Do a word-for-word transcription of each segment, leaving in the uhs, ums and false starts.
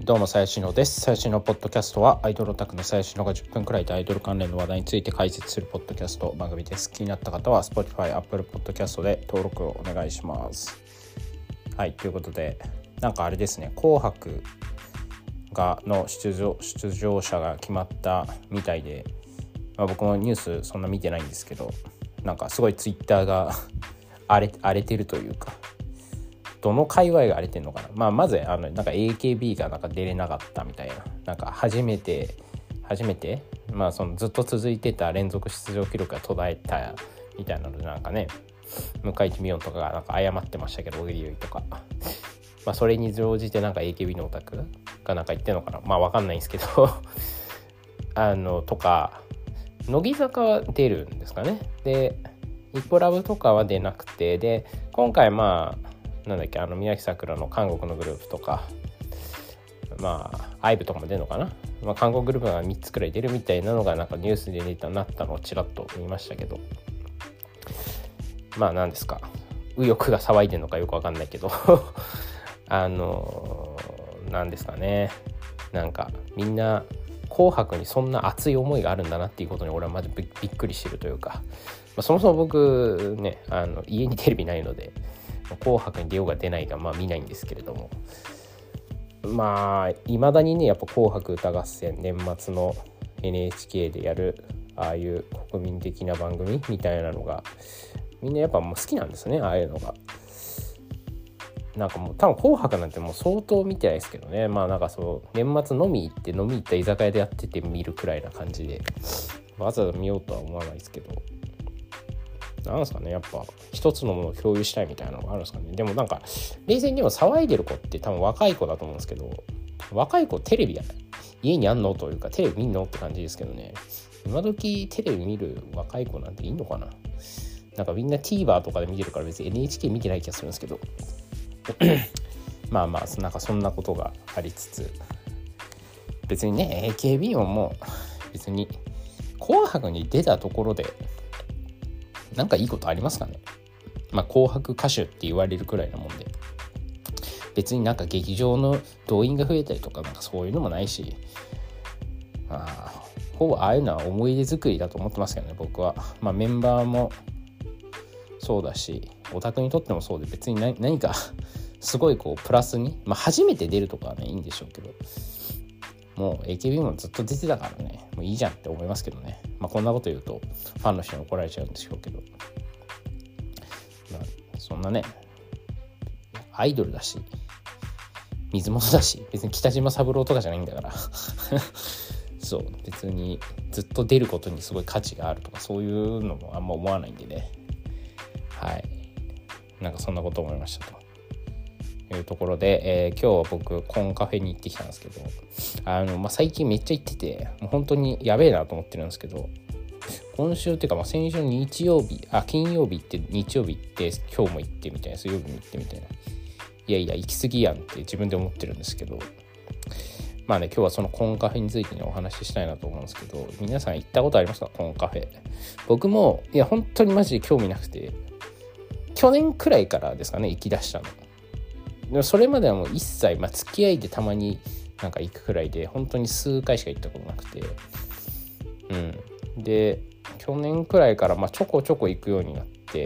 どうもさやしのです。さやしのポッドキャストはアイドルオタクのさやしのがじゅっぷんくらいでアイドル関連の話題について解説するポッドキャスト番組です。気になった方は Spotify、Apple Podcast で登録をお願いします。はい、ということでなんかあれですね、紅白がの出場、出場者が決まったみたいで、まあ、僕もニュースそんな見てないんですけど、なんかすごいツイッターが荒れ、荒れてるというか、どの界隈が荒れてるのかな。まあまずあのなんか エーケービー がなんか出れなかったみたいな、なんか初めて初めてまあそのずっと続いてた連続出場記録が途絶えたみたいなので、なんかね向井地美音とかがなんか謝ってましたけど、小栗優衣とかまあそれに乗じてなんか エーケービー のオタクがなんか言ってるのかな、まあわかんないんですけどあのとか乃木坂は出るんですかね。でイコラブとかは出なくて、で今回まあなんだっけ、あの宮城さくらの韓国のグループとか、まあアイブとかも出るのかな、まあ、韓国グループがみっつくらい出るみたいなのがなんかニュースで出たなったのをちらっと見ましたけど、まあ何ですか、右翼が騒いでるのかよくわかんないけどあのなんですかね、なんかみんな紅白にそんな熱い思いがあるんだなっていうことに俺はまず び, びっくりしてるというか、まあ、そもそも僕ね、あの家にテレビないので紅白に出ようが出ないがまあ見ないんですけれども、まあいまだにねやっぱ紅白歌合戦年末の エヌエイチケー でやるああいう国民的な番組みたいなのがみんなやっぱもう好きなんですね、ああいうのが。なんかもう多分紅白なんてもう相当見てないですけどね、まあなんかそう年末飲み行って飲み行った居酒屋でやってて見るくらいな感じで、わざわざ見ようとは思わないですけど、なんですかね、やっぱ一つのものを共有したいみたいなのがあるんですかね。でもなんか冷静にでも騒いでる子って多分若い子だと思うんですけど、若い子テレビや家にあんのというかテレビ見んのって感じですけどね、今時テレビ見る若い子なんていいのかな。なんかみんな TVer とかで見てるから別に エヌエイチケー 見てない気がするんですけどまあまあなんかそんなことがありつつ、別にね エーケービー ももう別に紅白に出たところでなんかいいことありますかね。まあ紅白歌手って言われるくらいなもんで、別になんか劇場の動員が増えたりとかなんかそういうのもないし、まあほぼああいうのは思い出作りだと思ってますけどね、僕は。まあメンバーもそうだしオタクにとってもそうで、別に何何かすごいこうプラスに、まあ初めて出るとかはねいいんでしょうけど、もう エーケービー もずっと出てたからね、もういいじゃんって思いますけどね。まあこんなこと言うとファンの人に怒られちゃうんでしょうけど、まあ、そんなねアイドルだし水元だし別に北島三郎とかじゃないんだからそう別にずっと出ることにすごい価値があるとかそういうのもあんま思わないんでね。はい、なんかそんなこと思いましたというところで、えー、今日は僕コンカフェに行ってきたんですけど、あの、まあ、最近めっちゃ行っててもう本当にやべえなと思ってるんですけど、今週っていうかまあ先週日曜日あ金曜日行って日曜日行って今日も行ってみたいな、水曜日も行ってみたいな、いやいや行き過ぎやんって自分で思ってるんですけど、まあね今日はそのコンカフェについて、ね、お話ししたいなと思うんですけど、皆さん行ったことありますか、コンカフェ。僕もいや本当にマジで興味なくて、去年くらいからですかね行き出したの。でもそれまではもう一切、まあ、付き合いでたまになんか行くくらいで本当に数回しか行ったことなくて、うんで去年くらいからまあちょこちょこ行くようになって、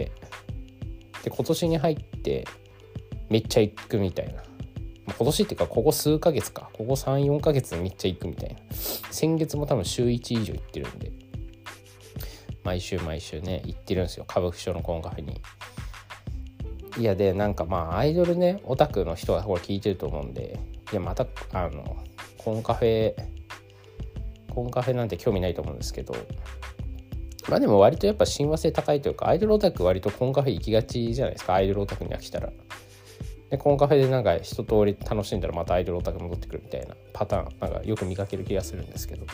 で今年に入ってめっちゃ行くみたいな、今年っていうかここ数ヶ月かここ さん,よん ヶ月めっちゃ行くみたいな、先月も多分週いち以上行ってるんで、毎週毎週ね行ってるんですよ、歌舞伎町のコンカフェに。いやでなんかまあアイドルねオタクの人はこれ聞いてると思うんで、いやまたあのコンカフェコンカフェなんて興味ないと思うんですけど、まあでも割とやっぱ親和性高いというか、アイドルオタク割とコンカフェ行きがちじゃないですか、アイドルオタクに飽きたら。でコンカフェでなんか一通り楽しんだらまたアイドルオタク戻ってくるみたいなパターンなんかよく見かける気がするんですけど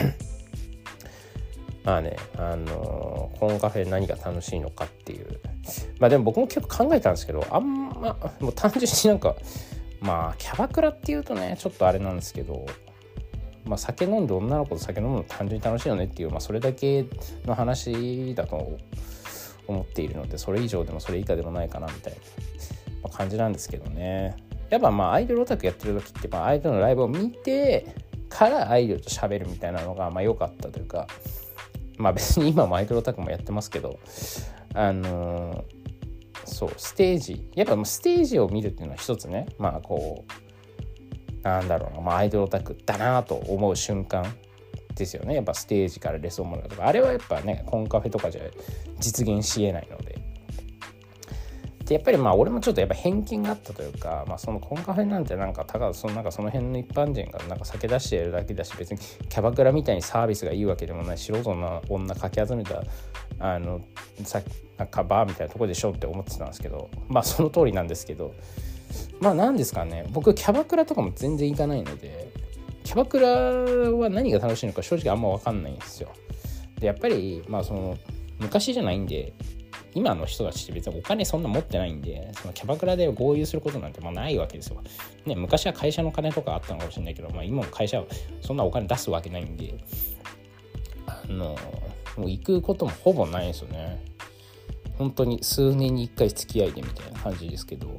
まあねあのコンカフェ何が楽しいのかっていう、まあでも僕も結構考えたんですけど、あんまもう単純になんかまあキャバクラっていうとねちょっとあれなんですけど、まあ酒飲んで女の子と酒飲むの単純に楽しいよねっていう、まあそれだけの話だと思っているので、それ以上でもそれ以下でもないかなみたいな感じなんですけどね。 やっぱまあアイドルオタクやってる時ってまあアイドルのライブを見てからアイドルと喋るみたいなのがまあ良かったというか、まあ別に今もアイドルオタクもやってますけど、あのー、そうステージやっぱステージを見るっていうのは一つね、まあこうなんだろうな、まあ、アイドルオタクだなと思う瞬間ですよね。やっぱステージからレソモラとかあれはやっぱねコンカフェとかじゃ実現しえないので、でやっぱりまあ俺もちょっとやっぱ偏見があったというか、まあ、そのコンカフェなんてなんかただそのなんかその辺の一般人がなんか酒出してやるだけだし、別にキャバクラみたいにサービスがいいわけでもない素人の女かき集めたあのさなんかバーみたいなとこでしょって思ってたんですけど、まあその通りなんですけど、まあなんですかね、僕キャバクラとかも全然行かないので、キャバクラは何が楽しいのか正直あんま分かんないんですよ。でやっぱりまあその昔じゃないんで、今の人たちって別にお金そんな持ってないんで、そのキャバクラで合流することなんてもうないわけですよ、ね、昔は会社の金とかあったのかもしれないけど、まあ、今も会社はそんなお金出すわけないんで、あのもう行くこともほぼないですよね。本当に数年にいっかい付き合いでみたいな感じですけど、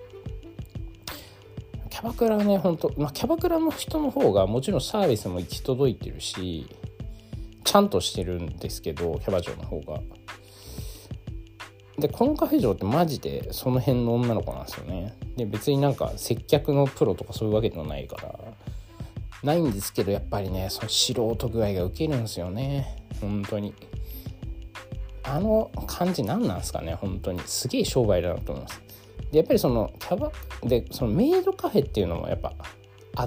キャバクラはね本当、まあ、キャバクラの人の方がもちろんサービスも行き届いてるしちゃんとしてるんですけど、キャバ嬢の方が。でコンカフェ嬢ってマジでその辺の女の子なんですよね。で別になんか接客のプロとかそういうわけでもないからないんですけど、やっぱりねその素人具合がウケるんですよね。本当にあの感じ何なんですかね。本当にすげえ商売だなと思います。でやっぱりそのキャバでそのメイドカフェっていうのもやっぱあって、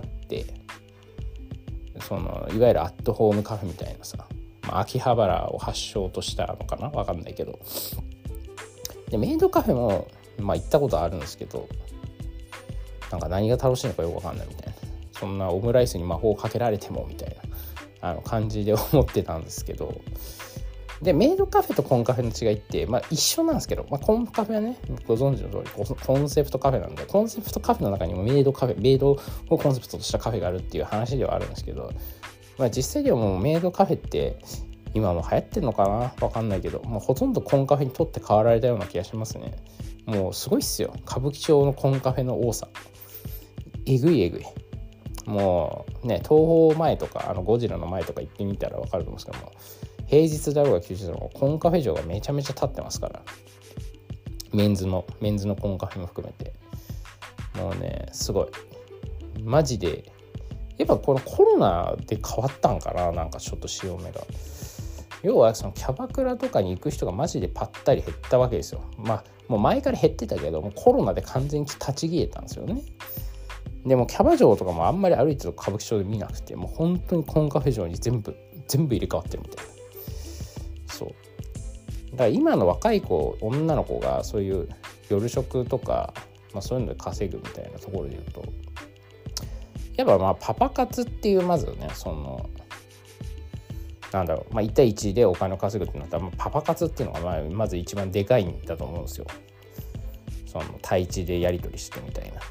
そのいわゆるアットホームカフェみたいなさ、まあ、秋葉原を発祥としたのかな分かんないけど、でメイドカフェもまあ行ったことあるんですけど、なんか何が楽しいのかよく分かんないみたいな、そんなオムライスに魔法をかけられてもみたいなあの感じで思ってたんですけど、でメイドカフェとコンカフェの違いって、まあ、一緒なんですけど、まあ、コンカフェはねご存知の通りコンセプトカフェなんで、コンセプトカフェの中にもメイドカフェメイドをコンセプトとしたカフェがあるっていう話ではあるんですけど、まあ、実際ではもうメイドカフェって今も流行ってるのかな分かんないけど、もうほとんどコンカフェにとって変わられたような気がしますね。もうすごいっすよ、歌舞伎町のコンカフェの多さえぐいえぐい。もうね東宝前とかあのゴジラの前とか行ってみたら分かると思うんですけども、平日だろうが休日だろうがコンカフェ場がめちゃめちゃ立ってますから、メンズのメンズのコンカフェも含めてもうねすごいマジで。やっぱこのコロナで変わったんかな、なんかちょっと潮目が。要はそのキャバクラとかに行く人がマジでパッタリ減ったわけですよ。まあもう前から減ってたけどもうコロナで完全に立ち消えたんですよね。でもキャバ嬢とかもあんまり歩いてる歌舞伎町で見なくて、もう本当にコンカフェ場に全部全部入れ替わってるみたいな。そうだから今の若い子女の子がそういう夜食とか、まあ、そういうので稼ぐみたいなところで言うと、やっぱまあパパ活っていうまずねそのなんだろう、まあ、いち対いちでお金を稼ぐってなったら、まあ、パパ活っていうのがまあまず一番でかいんだと思うんですよ。その対一でやり取りしてみたいな。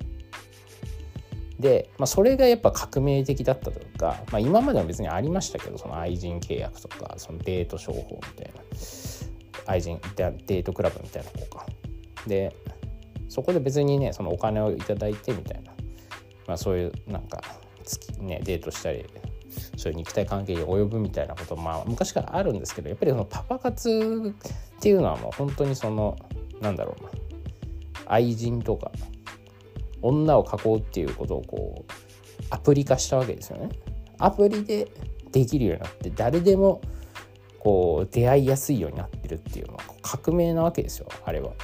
で、まあ、それがやっぱ革命的だったというか、まあ、今までも別にありましたけど、その愛人契約とかそのデート商法みたいな愛人デートクラブみたいな方かで、そこで別にねそのお金をいただいてみたいな、まあ、そういうなんかねデートしたりそういう肉体関係に及ぶみたいなことまあ昔からあるんですけど、やっぱりそのパパ活っていうのはもう本当にそのなんだろうな愛人とか女を囲うっていうことをこうアプリ化したわけですよね。アプリでできるようになって誰でもこう出会いやすいようになってるっていうのは革命なわけですよ、あれは。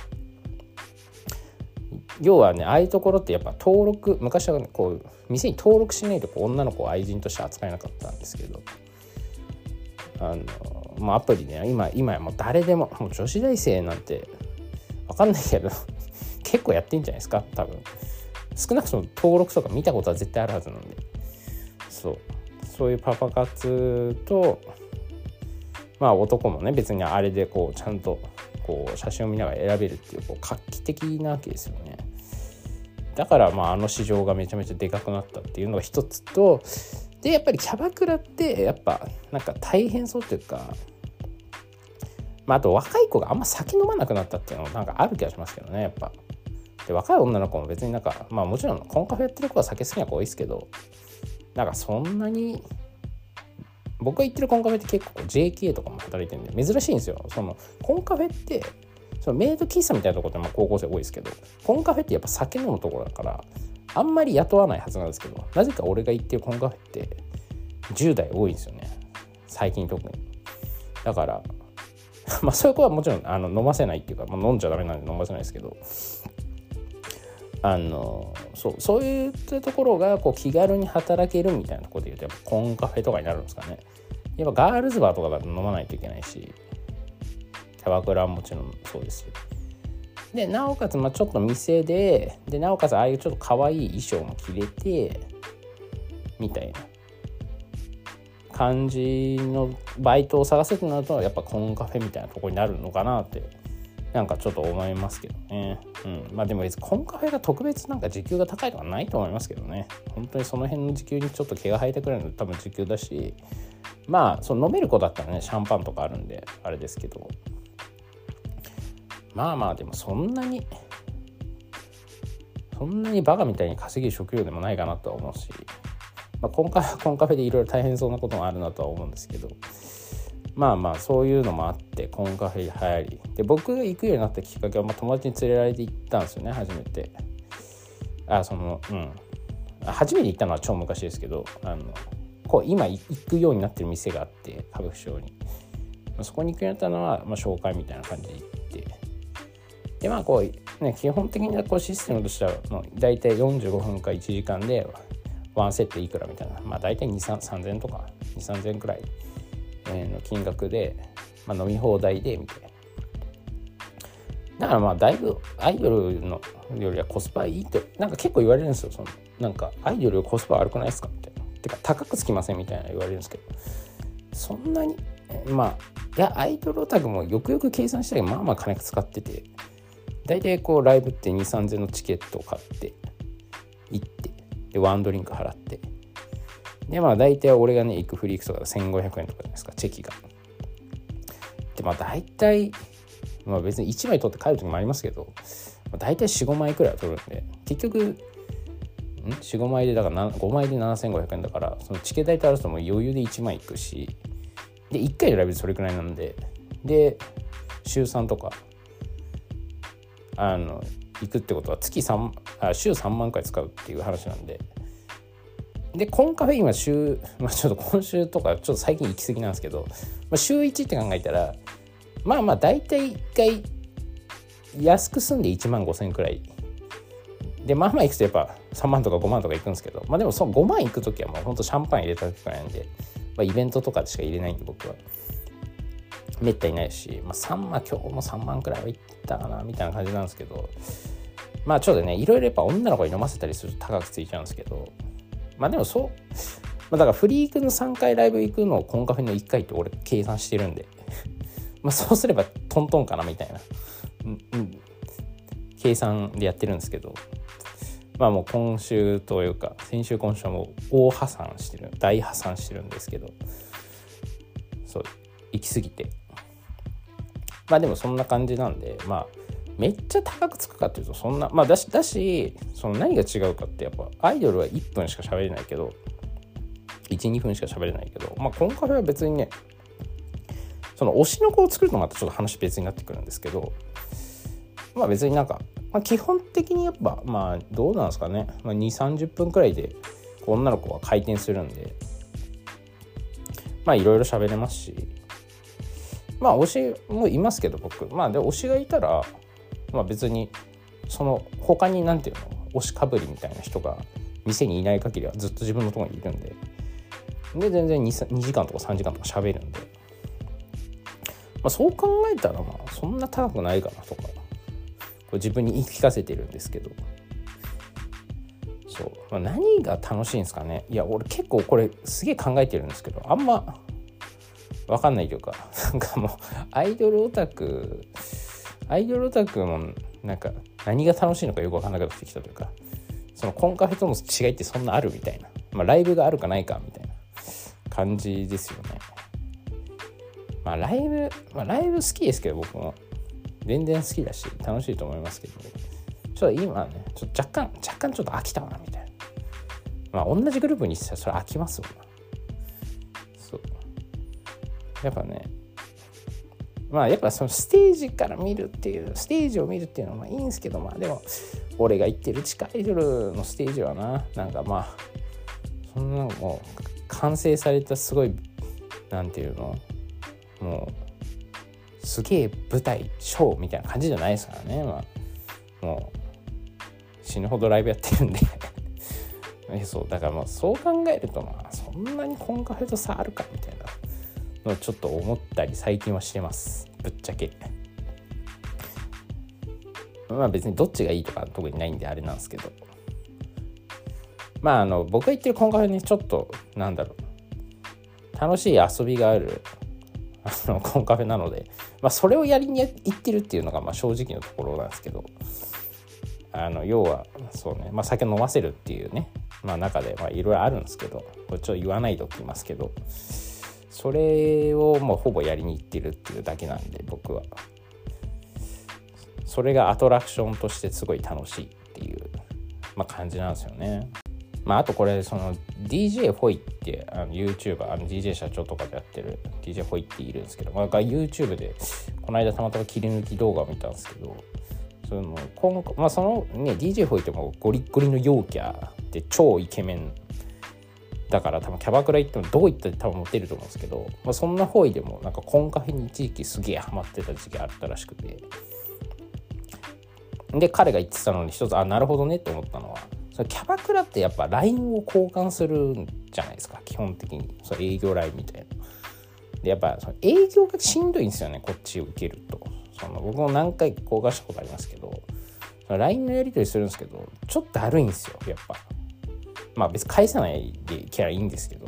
要はねああいうところってやっぱ登録昔は、ね、こう店に登録しないとこう女の子を愛人として扱えなかったんですけど、あの、まあ、アプリね今今やもう誰でももう女子大生なんて分かんないけど結構やってんじゃないですか多分。少なくとも登録とか見たことは絶対あるはずなんで、そうそういうパパ活とまあ男もね別にあれでこうちゃんとこう写真を見ながら選べるっていうこう画期的なわけですよね。だからまああの市場がめちゃめちゃでかくなったっていうのが一つと、でやっぱりキャバクラってやっぱなんか大変そうというか、まあ、あと若い子があんま酒飲まなくなったっていうのもなんかある気がしますけどね。やっぱで若い女の子も別になんかまあもちろんコンカフェやってる子は酒好きな子多いですけど、なんかそんなに僕が行ってるコンカフェって結構 ジェーケー とかも働いてるんで珍しいんですよ。そのコンカフェってそのメイド喫茶みたいなところってまあ高校生多いですけど、コンカフェってやっぱ酒飲むところだからあんまり雇わないはずなんですけど、なぜか俺が行ってるコンカフェってじゅう代多いんですよね、最近特に。だからまあそういう子はもちろんあの飲ませないっていうか、まあ、飲んじゃダメなんで飲ませないですけど、あのそうそういったところがこう気軽に働けるみたいなところでいうとやっぱコンカフェとかになるんですかね。やっぱガールズバーとかだと飲まないといけないし、キャバクラはもちろんそうですよ。でなおかつまあちょっと店ででなおかつああいうちょっと可愛い衣装も着れてみたいな感じのバイトを探せってなるとやっぱコンカフェみたいなところになるのかなってなんかちょっと思いますけどね。うん、まあでも別にコンカフェが特別なんか時給が高いとかないと思いますけどね。本当にその辺の時給にちょっと毛が生えてくるの多分時給だし、まあその飲める子だったらねシャンパンとかあるんであれですけど、まあまあでもそんなにそんなにバカみたいに稼げる職業でもないかなとは思うし、まあ、コンカフェ、コンカフェでいろいろ大変そうなこともあるなとは思うんですけど、まあまあそういうのもあってコンカフェ流行りで、僕が行くようになったきっかけは、まあ、友達に連れられて行ったんですよね。初めてあそのうん初めて行ったのは超昔ですけど、あのこう今行くようになってる店があって歌舞伎町に、まあ、そこに行くようになったのは、まあ、紹介みたいな感じで行って、でまあこうね基本的にはこうシステムとしてはもう大体よんじゅうごふんかいちじかんでワンセットいくらみたいな、まあ大体にせんさんぜんとかにせんさんぜんくらいの金額で、まあ、飲み放題でみたいな。だからまあだいぶアイドルのよりはコスパいいってなんか結構言われるんですよ。そのなんかアイドルよりコスパ悪くないですかみたいな。てか高くつきませんみたいな言われるんですけど、そんなにまあいやアイドルオタクもよくよく計算したらまあまあ金使ってて、大体こうライブってにせんさんぜんのチケットを買って行ってでワンドリンク払ってでまあ大体俺がね行くフリークとかせんごひゃくえんとかじゃないですかチェキが。でまあ大体まあ別にいちまい取って帰る時もありますけど、まあ、大体 よん,ご 枚くらいは取るんで結局ん よん,ご 枚でだからごまいでななせんごひゃくえんだから、そのチケ代とあるともう余裕でいちまいいくし、でいっかいのライブでそれくらいなんで、で週さんとかあの行くってことは月さんあ週さんまんくらい使うっていう話なんで、でコンカフェ今週、まあ、ちょっと今週とかちょっと最近行き過ぎなんですけど、まあ、週いちって考えたらまあまあ大体いっかい安く済んでいちまんごせんえんくらいで、まあまあ行くとやっぱさんまんとかごまんとか行くんですけど、まあでもそのごまん行くときはもうほんとシャンパン入れた時くらいなんで、まあ、イベントとかでしか入れないんで僕はめったにないし、まあ、さんまん今日もさんまんくらいは行ったかなみたいな感じなんですけど、まあちょっとねいろいろやっぱ女の子に飲ませたりすると高くついちゃうんですけど、まあでもそう、まあ、だからフリークのさんかいライブ行くのをコンカフェのいっかいって俺計算してるんでまあそうすればトントンかなみたいな、うんうん、計算でやってるんですけど、まあもう今週というか先週今週はもう大破産してる大破産してるんですけど、そう行き過ぎてまあでもそんな感じなんで、まあめっちゃ高くつくかっていうとそんなまあだしだしその何が違うかってやっぱアイドルはいっぷんしか喋れないけど いち,に 分しか喋れないけど、まあコンカフェは別にねその推しの子を作るとまたちょっと話別になってくるんですけど、まあ別になんか、まあ、基本的にやっぱまあどうなんですかね、まあ、にじゅうさんじゅっぷんくらいで女の子は回転するんでまあいろいろ喋れますし、まあ推しもいますけど僕まあで推しがいたらまあ別にその他になんていうの推しかぶりみたいな人が店にいない限りはずっと自分のところにいるんで、で全然 2, にじかんとかさんじかんとか喋るんで、まあ、そう考えたらまあそんな高くないかなとかこう自分に言い聞かせてるんですけど、そう、まあ、何が楽しいんですかね。いや俺結構これすげえ考えてるんですけどあんま分かんないというか、なんかもうアイドルオタクアイドルオタクもなんか何が楽しいのかよく分かんなくなってきたというか、そのコンカフェとの違いってそんなあるみたいな、まあ、ライブがあるかないかみたいな感じですよね。まあライブ、まあ、ライブ好きですけど僕も全然好きだし楽しいと思いますけど、 ちょっと今ねちょっと若干若干ちょっと飽きたなみたいな。まあ同じグループにしたらそれ飽きますもんな。そうやっぱねまあやっぱそのステージから見るっていうステージを見るっていうのはまあいいんですけど、まあでも俺が言ってる地下アイドルのステージはな、なんかまあそんなもう完成されたすごいなんていうのもうすげえ舞台ショーみたいな感じじゃないですからね。まあもう死ぬほどライブやってるんでそうだからもうそう考えるとまあそんなにコンカフェと差あるかみたいなのをちょっと思ったり最近はしてます、ぶっちゃけ。まあ別にどっちがいいとか特にないんであれなんですけど、まああの僕が言ってるコンカフェにちょっとなんだろう楽しい遊びがあるあのコンカフェなので、まあそれをやりに行ってるっていうのがまあ正直なところなんですけど、あの要はそうね、まあ酒飲ませるっていうね、まあ中でまあいろいろあるんですけど、これちょっと言わないとって言いますけど、それをもうほぼやりに行ってるっていうだけなんで、僕はそれがアトラクションとしてすごい楽しいっていう、まあ、感じなんですよね。まあ、あとこれその ディージェー フォイってあの YouTuber あの ディージェー 社長とかでやってる ディージェー フォイっているんですけど、まあ、YouTube でこの間たまたま切り抜き動画を見たんですけど、その今後、まあそのね ディージェー フォイってもうゴリッゴリの陽キャで超イケメンだから多分キャバクラ行ってもどういったって多分モテると思うんですけど、まあ、そんなフォイでもなんかコンカフェに一時期すげえハマってた時期あったらしくて、で彼が言ってたのに一つあなるほどねって思ったのは、そのキャバクラってやっぱ ライン を交換するんじゃないですか基本的に。その営業 ライン みたいなでやっぱその営業がしんどいんですよね、こっちを受けると。その僕も何回か交換したことありますけど、その ライン のやり取りするんですけどちょっとだるいんですよやっぱ。まあ別に返さないでキャラいいんですけど、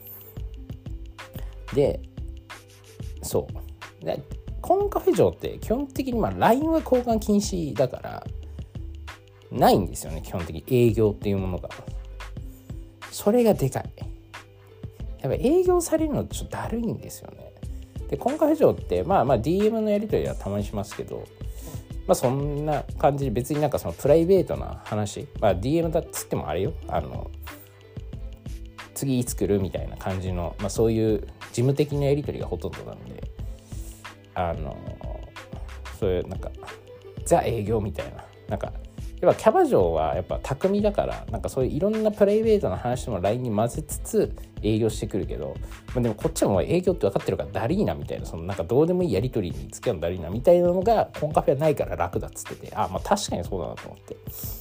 でそうでコンカフェ上って基本的にまあ ライン は交換禁止だからないんですよね、基本的に営業っていうものが。それがでかい。やっぱ営業されるのちょっとだるいんですよね。でコンカフェ上ってまあまあ ディーエム のやり取りはたまにしますけど、まあそんな感じで別になんかそのプライベートな話、まあ ディーエム だっつってもあれよ、あの次いつ来るみたいな感じの、まあそういう事務的なやり取りがほとんどなんで、あのそういうなんかザ営業みたいな、なんかやっぱキャバ嬢はやっぱ巧みだから、なんかそういういろんなプライベートな話も ライン に混ぜつつ営業してくるけど、まあ、でもこっちはもう営業って分かってるからだりーなみたいな、そのなんかどうでもいいやり取りに付き合うのだりーなみたいなのがコンカフェはないから楽だっつってて、あまあ確かにそうだなと思って、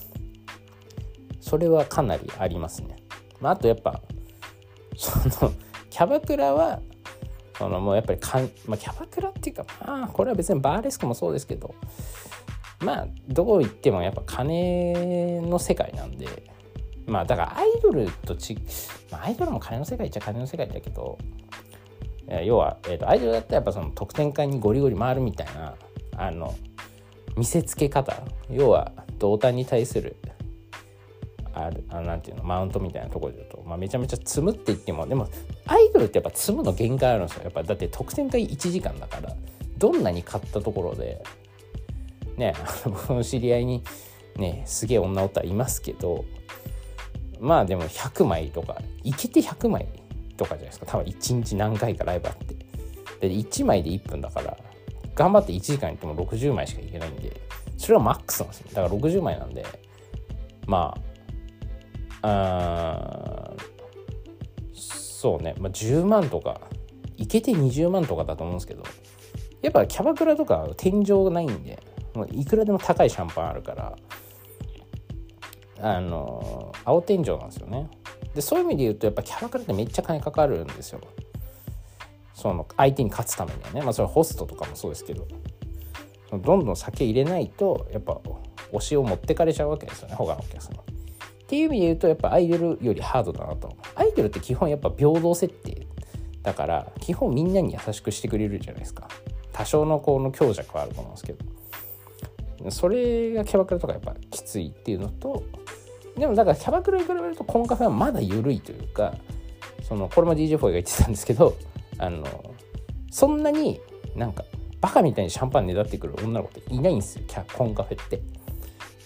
それはかなりありますね。まあ、あとやっぱそのキャバクラはそのもうやっぱりかん、まあ、キャバクラっていうかまあこれは別にバーレスクもそうですけど、まあどこ行ってもやっぱ金の世界なんで、まあだからアイドルとち、まあ、アイドルも金の世界っちゃ金の世界だけど、要は、えーと、アイドルだったらやっぱその特典会にゴリゴリ回るみたいなあの見せつけ方、要は同担に対するあるあなんていうのマウントみたいなところで言うと、まあ、めちゃめちゃ積むって言っても、でもアイドルってやっぱ積むの限界あるんですよ。やっぱだって特典会いちじかんだから、どんなに買ったところでね、僕の知り合いにねすげえ女おったらいますけど、まあでもひゃくまいとかいけてひゃくまいとかじゃないですか、多分いちにち何回かライブあって、でいちまいでいっぷんだから頑張っていちじかんいってもろくじゅうまいしかいけないんで、それはマックスなんですよ。だからろくじゅうまいなんで、まああそうね、まあ、じゅうまんとかいけてにじゅうまんとかだと思うんですけど、やっぱキャバクラとか天井がないんで、もういくらでも高いシャンパンあるから、あの青天井なんですよね。でそういう意味で言うとやっぱキャバクラってめっちゃ金かかるんですよ、その相手に勝つためにはね。まあそれはホストとかもそうですけど、どんどん酒入れないとやっぱ推しを持ってかれちゃうわけですよね、他のお客さんに。っていう意味で言うとやっぱアイドルよりハードだなと。アイドルって基本やっぱ平等設定だから基本みんなに優しくしてくれるじゃないですか。多少のこの強弱はあると思うんですけど、それがキャバクラとかやっぱきついっていうのと、でもだからキャバクラに比べるとコンカフェはまだ緩いというか、そのこれも ディージェー フォイが言ってたんですけど、あのそんなになんかバカみたいにシャンパンねだってくる女の子っていないんですよ、コンカフェって。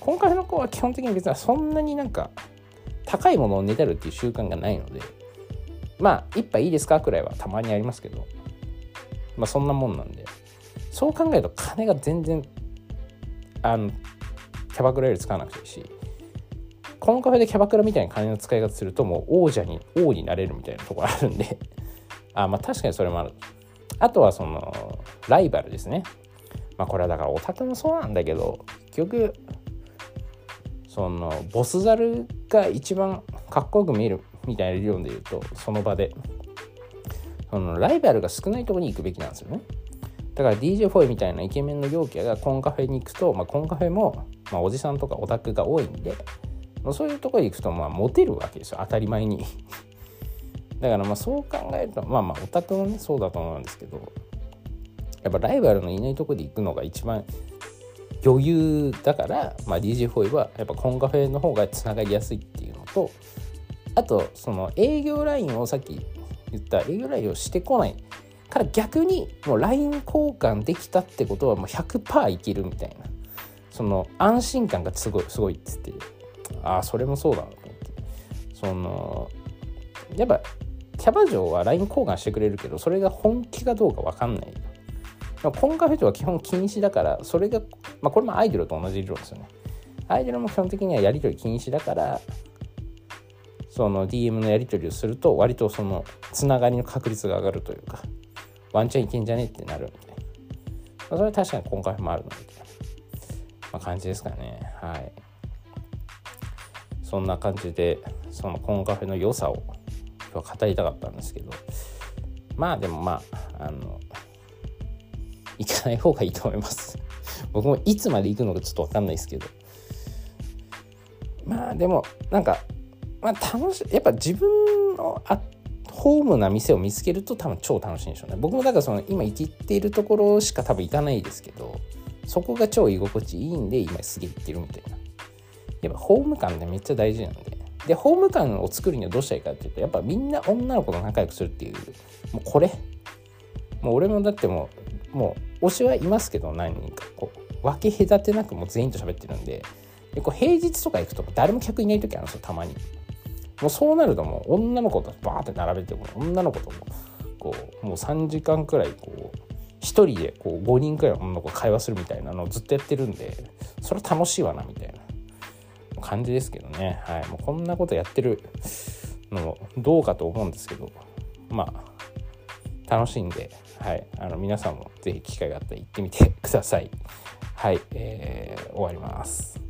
コンカフェの子は基本的に別にそんなになんか高いものをねだるっていう習慣がないので、まあ一杯いいですかくらいはたまにありますけど、まあそんなもんなんで、そう考えると金が全然あのキャバクラより使わなくていいし、コンカフェでキャバクラみたいな金の使い方するともう王者に王になれるみたいなところあるんであ、まあ確かにそれもある。あとはそのライバルですね。まあこれはだからオタクもそうなんだけど、結局そのボスザルが一番かっこよく見えるみたいな理論で言うと、その場でそのライバルが少ないところに行くべきなんですよね。だから ディージェー フォイみたいなイケメンの陽キャがコンカフェに行くと、まあ、コンカフェも、まあ、おじさんとかオタクが多いんで、そういうところに行くとまあモテるわけですよ、当たり前にだからまあそう考えるとまあまあオタクもねそうだと思うんですけど、やっぱライバルのいないところで行くのが一番余裕だから、まあ、ディージェー フォイはやっぱコンカフェの方がつながりやすいっていうのと、あとその営業ラインをさっき言った営業ラインをしてこないから逆にもう ライン 交換できたってことはもう ひゃくパーセント いけるみたいな、その安心感がすごいすごいっつって、ああそれもそうだなと思って、そのやっぱキャバ嬢は ライン 交換してくれるけど、それが本気かどうか分かんない。コンカフェ嬢は基本禁止だから、それが、まあ、これもアイドルと同じ理論ですよね。アイドルも基本的にはやり取り禁止だから、その ディーエム のやり取りをすると割とそのつながりの確率が上がるというか、ワンチャンいけんじゃねってなるみたいな、まあ、それは確かにコンカフェもあるので、まあ、感じですかね。はい、そんな感じでそのコンカフェの良さを今日は語りたかったんですけど、まあでもまああの行かない方がいいと思います僕もいつまで行くのかちょっと分かんないですけど、まあでもなんか、まあ、楽しい、やっぱ自分のあホームな店を見つけると多分超楽しいんでしょうね。僕もだからその今行っているところしか多分行かないですけど、そこが超居心地いいんで今すげえ行ってるみたいな。やっぱホーム感ってめっちゃ大事なんで、でホーム感を作るにはどうしたらいいかっていうと、やっぱみんな女の子と仲良くするっていう、もうこれもう俺もだってもうもう推しはいますけど、何人かこう分け隔てなくもう全員と喋ってるんで、でこう平日とか行くと誰も客いない時あるんですよ、たまに。もうそうなるともう女の子とバーって並べて、も女の子ともこうもうさんじかんくらいこう一人でこうごにんくらいの女の子会話するみたいなのをずっとやってるんで、それは楽しいわなみたいな感じですけどね。はい、もうこんなことやってるのもどうかと思うんですけど、まあ楽しいんで、はい、あの皆さんもぜひ機会があったら行ってみてください。はい、えー、終わります。